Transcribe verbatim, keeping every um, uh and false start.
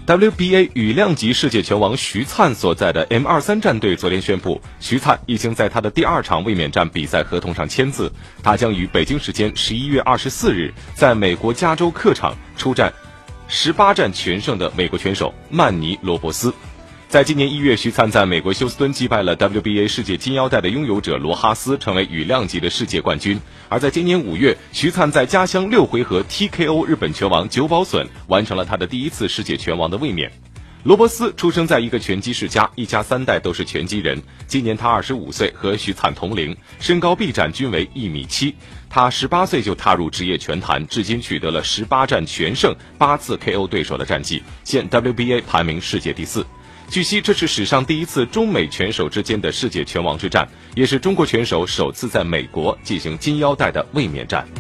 W B A 羽量级世界拳王徐灿所在的 M 二三 战队昨天宣布，徐灿已经在他的第二场卫冕战比赛合同上签字，他将于北京时间十一月二十四日在美国加州客场出战十八战全胜的美国拳手曼尼罗伯斯。在今年一月，徐灿在美国休斯敦击败了 W B A 世界金腰带的拥有者罗哈斯，成为羽量级的世界冠军。而在今年五月，徐灿在家乡六回合 T K O 日本拳王久保隼，完成了他的第一次世界拳王的卫冕。罗伯斯出生在一个拳击世家，一家三代都是拳击人。今年他二十五岁，和徐灿同龄，身高臂展均为一米七。他十八岁就踏入职业拳坛，至今取得了十八战全胜、八次 K O 对手的战绩，现 W B A 排名世界第四。据悉，这是史上第一次中美拳手之间的世界拳王之战，也是中国拳手首次在美国进行金腰带的卫冕战。